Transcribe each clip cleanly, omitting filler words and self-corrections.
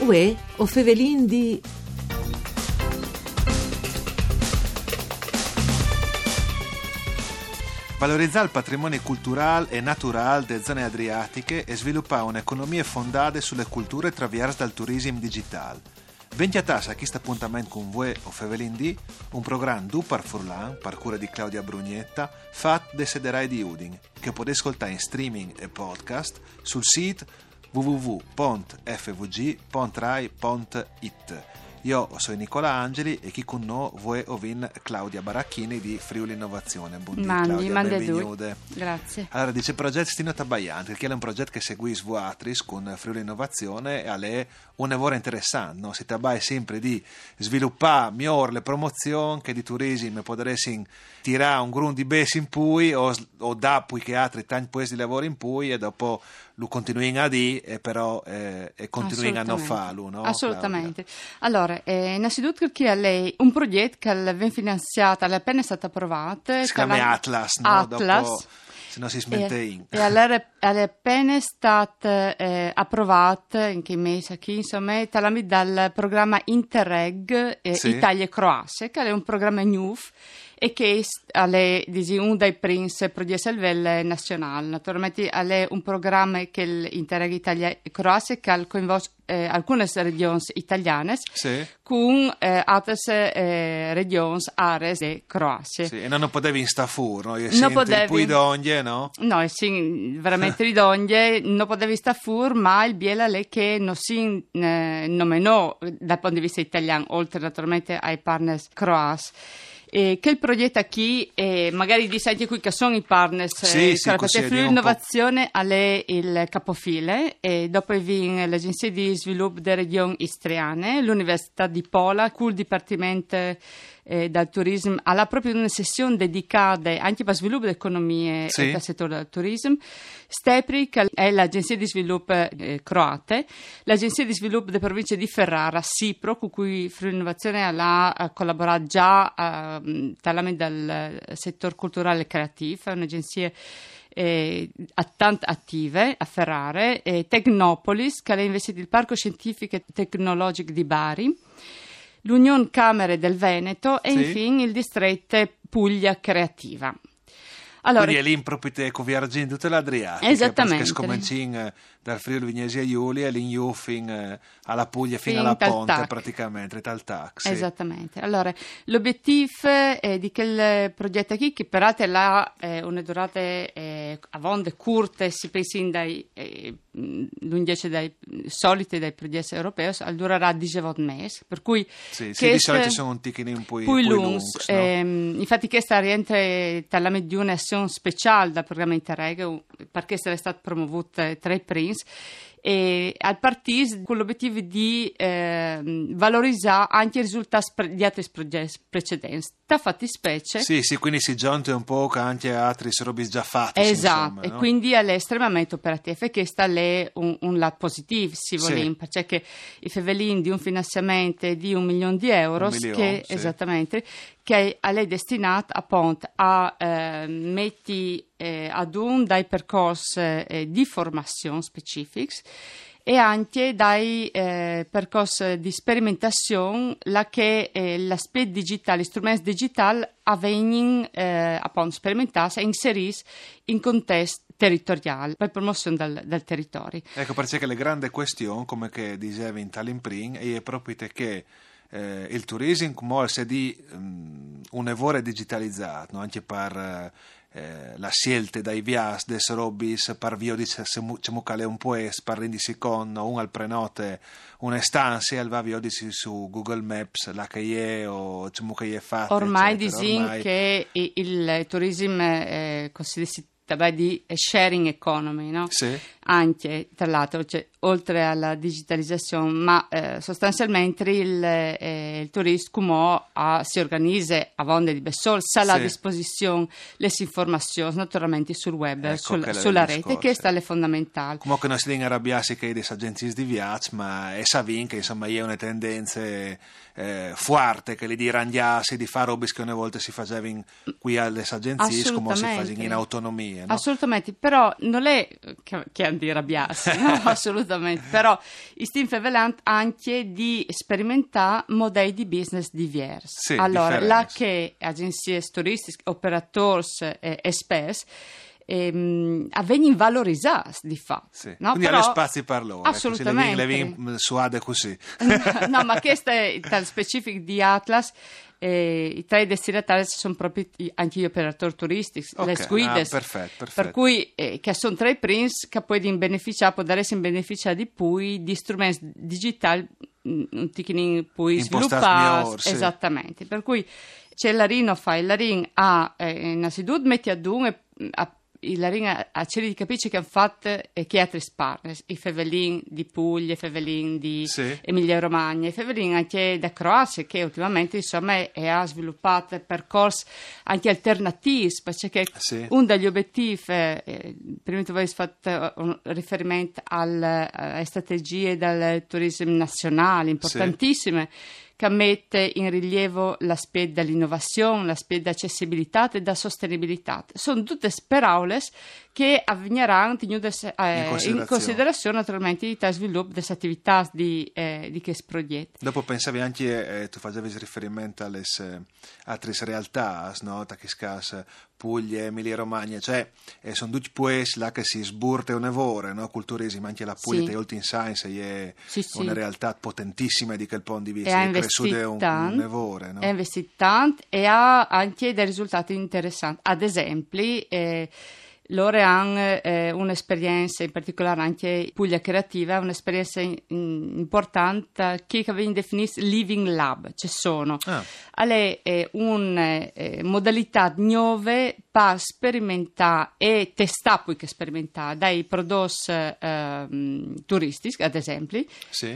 Uè, o Fevelin di... Valorizzare il patrimonio culturale e naturale delle zone adriatiche e sviluppare un'economia fondata sulle culture attraverso dal turismo digitale. Ventiatas a questo appuntamento con voi o Fevelin di un programma du par Furlan, par cura di Claudia Brugnetta, fatto da Sederai di Udin, che potete ascoltare in streaming e podcast sul sito www.fvg.rai.it. Io sono Nicola Angeli e chi con noi vuoi ovin Claudia Baracchini di Friuli Innovazione. Mandi benvenuta. Grazie. Allora, dice progetto Stino Tabaiante, che è un progetto che segui Svuatris con Friuli Innovazione e è un lavoro interessante, no? Si tabai sempre di sviluppare miglior le promozioni che di turismo potresti tirare un grun di bes in Pui o da Pui che altri tanti posti di lavoro in Pui e dopo lo continuino a dire e però continuino a non farlo, no? Assolutamente. Claudia. Allora, innanzitutto che a lei un progetto che viene finanziato, è appena stato approvato. Si chiama Atlas, no? Atlas. Dopo, se no si smette in. E allora è appena stato approvato, in che mese qui, insomma, dal programma Interreg Sì. Italia e Croazia, che è un programma nuovo e che è uno dei primi progetti a livello nazionale. Naturalmente è un programma che l'Interreg Italia e Croazia che coinvolge alcune regioni italiane Sì. con altre regioni, aree di Croazia. Sì, e non potevi in stafur, no? Non potevi. Poi d'oglie, no? No, sì, veramente ridonde, non potevi stare fuori, ma il biela è che non si nominò dal punto di vista italiano, oltre naturalmente ai partners croati. Che il progetto qui, magari di senti qui che sono i partners, perché Friuli Innovazione è il capofile e dopo viene l'Agenzia di Sviluppo delle Regioni Istriane, l'Università di Pola, col Dipartimento dal turismo, ha proprio una sessione dedicata anche per sviluppo dell'economia e del settore del turismo. Stepri, che è l'Agenzia di Sviluppo croate, l'Agenzia di Sviluppo delle province di Ferrara, SIPRO, con cui Friuli Innovazione ha collaborato già dal settore culturale e creativo, è un'agenzia tante attive a Ferrara, Tecnopolis, che è investito il Parco Scientifico e Tecnologico di Bari, l'Unione Camere del Veneto e infine il distretto Puglia Creativa. Allora, quindi è lì in proprietà con Viargin tutta l'Adriatica. Esattamente. Perché scominciamo dal Friuli Vignesi a Giulia e l'Inju fino alla Puglia, fino alla Ponte praticamente, tal tax. Esattamente. Allora, l'obiettivo di quel progetto qui, che peraltro è una durata a volte corta, si pensa dai lunghezze dai soliti dai progetti europei, durerà 18 mesi, per cui sì, di solito sono un ticchino un po' lunghi, no? Infatti questa rientra di un'azione speciale dal programma Interreg, perché è stato promovuto tra i primi e al partito con l'obiettivo di valorizzare anche i risultati di altri progetti precedenti. Da fattispecie. Sì, quindi si giunge un po' anche a altri robe già fatte. Esatto, insomma, e no? quindi è estremamente operativo e questo è un lato positivo, si vuole, perché che i Fevelin di un finanziamento di €1 milione, che esattamente, che è destinato appunto a mettere ad un dai percorsi di formazione specifici e anche dai percorsi di sperimentazione la che l'aspetto digitale, gli strumenti digitali avvengono appunto sperimentati e inseriti in contesto territoriale per promozione del territorio. Ecco perché le grandi questioni, come che diceva in Tallinn è proprio che il turismo come se di un lavoro digitalizzato, no? Anche per la scelta dai viaggi, des robis, per via di se mucale un po' per rendersi con un al prenote una stanza e va via su Google Maps la che è o che è fatta. Ormai disin che il turismo considera di sharing economy, no? Sì. Anche tra l'altro, oltre alla digitalizzazione, ma sostanzialmente il turismo si organizza a vonde di Bessol, a disposizione le informazioni naturalmente sul web, ecco, sulla rete, che è fondamentale. Comunque non si deve arrabbiarsi che delle agenzie di viaggio, ma è savin che insomma è una tendenza forte che li di randiarsi, di fare robe che una volta si facevano qui alle agenzie, come si facevano in autonomia. No? Assolutamente, però non è che di arrabbiarsi, no? Assolutamente. assolutamente. Però stiamo facendo anche di sperimentare modelli di business diversi. Sì, allora, differenze. là che agenzie turistiche, operatori, esperti, avvengono valorizzati di fatto. Sì. No? Quindi Però, alle spazi per loro. assolutamente. Le vin suade così. No, ma questo è dal specifico di Atlas. I tre destinatari sono proprio anche gli operatori turistici, le guide, perfetto. per cui che sono tre prince che puoi beneficiare, può dare in beneficio di poi di strumenti digitali un ticchino puoi sviluppare, sì. Esattamente, per cui c'è l'Arino ha innanzitutto metti ad un l'Arin ha cercato di capire che hanno fatto che altri partners, i Fevelin di Puglia, i Fevelin di Emilia Romagna, i Fevelin anche da Croazia, che ultimamente insomma ha sviluppato percorsi anche alternativi, perché uno degli obiettivi, prima tu avevi fatto un riferimento alle strategie del turismo nazionale importantissime, che mette in rilievo l'aspetto dell'innovazione, l'aspetto dell'accessibilità e della sostenibilità. Sono tutte parole che avvegneranno in considerazione naturalmente il sviluppo delle attività di questo progetto. Dopo pensavi anche, tu facevi riferimento alle altre realtà, no? Tachiscas, Puglia, Emilia Romagna, cioè sono tutti paesi là che si sburte un'evore, no? Culturismo, anche la Puglia, sì. Oltre in Science è una realtà potentissima di quel punto di vista, è cresciuta un'evore. No? È investito tanto e ha anche dei risultati interessanti. Ad esempio, loro hanno un'esperienza, in particolare anche Puglia Creativa, un'esperienza importante che viene definita Living Lab, ci sono. È una modalità nuove per sperimentare e testare poi che sperimentare dai prodotti turistici, ad esempio. Sì.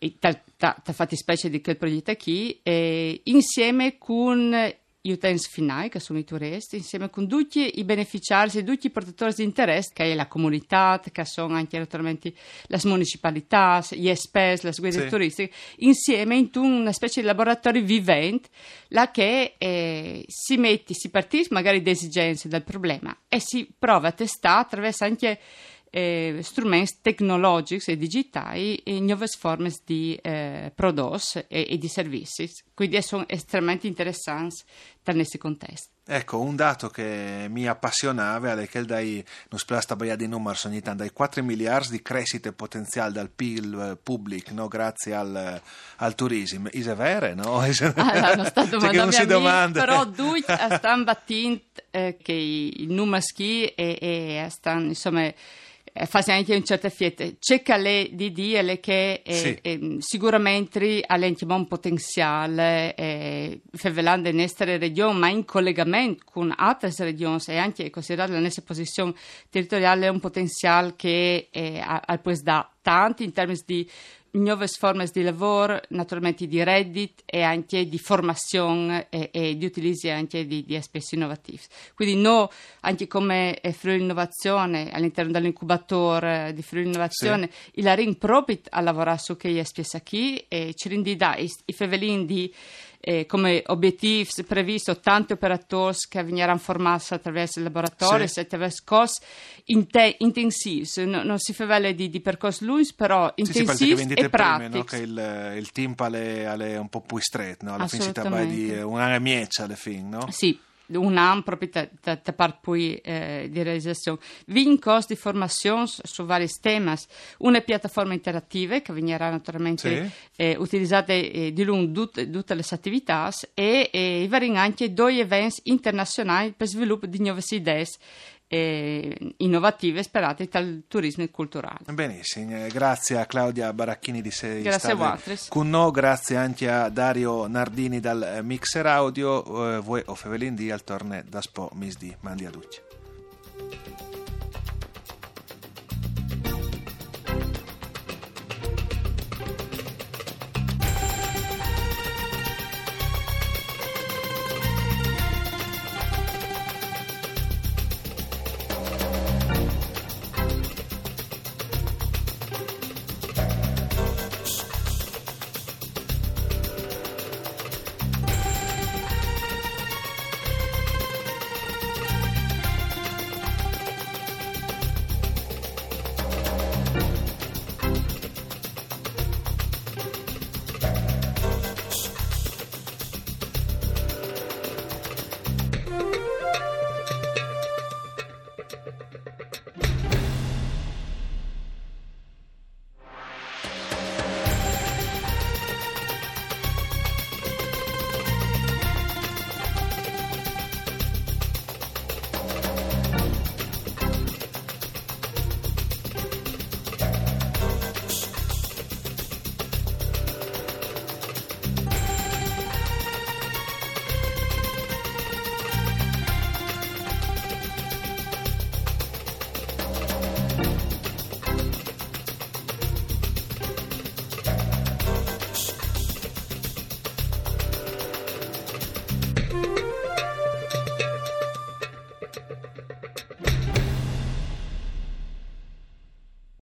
Fattispecie di quel progetto qui, insieme con gli utenti finali, che sono i turisti, insieme con tutti i beneficiari e tutti i portatori di interesse, che è la comunità, che sono anche naturalmente le municipalità, gli esperti, le guide turistiche, insieme in una specie di laboratorio vivente, là che si partisce magari da esigenze del problema e si prova a testare attraverso anche strumenti tecnologici e digitali e nuove forme di prodotti e di servizi. Quindi sono estremamente interessanti in questo contesto. Ecco, un dato che mi appassionava è che dai non splasta baia di numeri ogni tanto, dai 4 miliardi di crescita potenziale dal PIL pubblico, no? Grazie al turismo. È vero, no? Non sta domandando però due stanno battendo che i numeri e stanno insomma fa anche un certo effetto. C'è che lei di dire che sicuramente ha un potenziale favelando in altre regioni, ma in collegamento con altre regioni e anche considerata la nostra posizione territoriale un potenziale che può dare tanto in termini di nuove forme di lavoro, naturalmente di reddito e anche di formazione e di utilizzo anche di aspetti innovativi. Quindi noi, anche come Friuli Innovazione, all'interno dell'incubatore di Friuli Innovazione, il Ring proprio a lavorare su che spessa qui e ci rindà i fevelin di come obiettivi previsto tanti operatori che verranno formati attraverso il laboratorio, attraverso corsi intensivi, non si fa di percorsi lunghi, però intensivi e pratici. No? Che il team è un po' più stretto, no? Alla fine si tratta di una mieccia alla fine, no? Sì. Un anno proprio da parte poi di realizzazione. Vi in corso di formazione su vari temi, una piattaforma interattiva che verrà naturalmente utilizzate di lungo tutte le attività e verranno anche due eventi internazionali per sviluppo di nuove idee innovative sperate dal turismo culturale. Benissimo, grazie a Claudia Baracchini di essere stata con noi, grazie anche a Dario Nardini dal Mixer Audio, voi o Fevelin di al torne da Spo Misdi, mandi a tutti.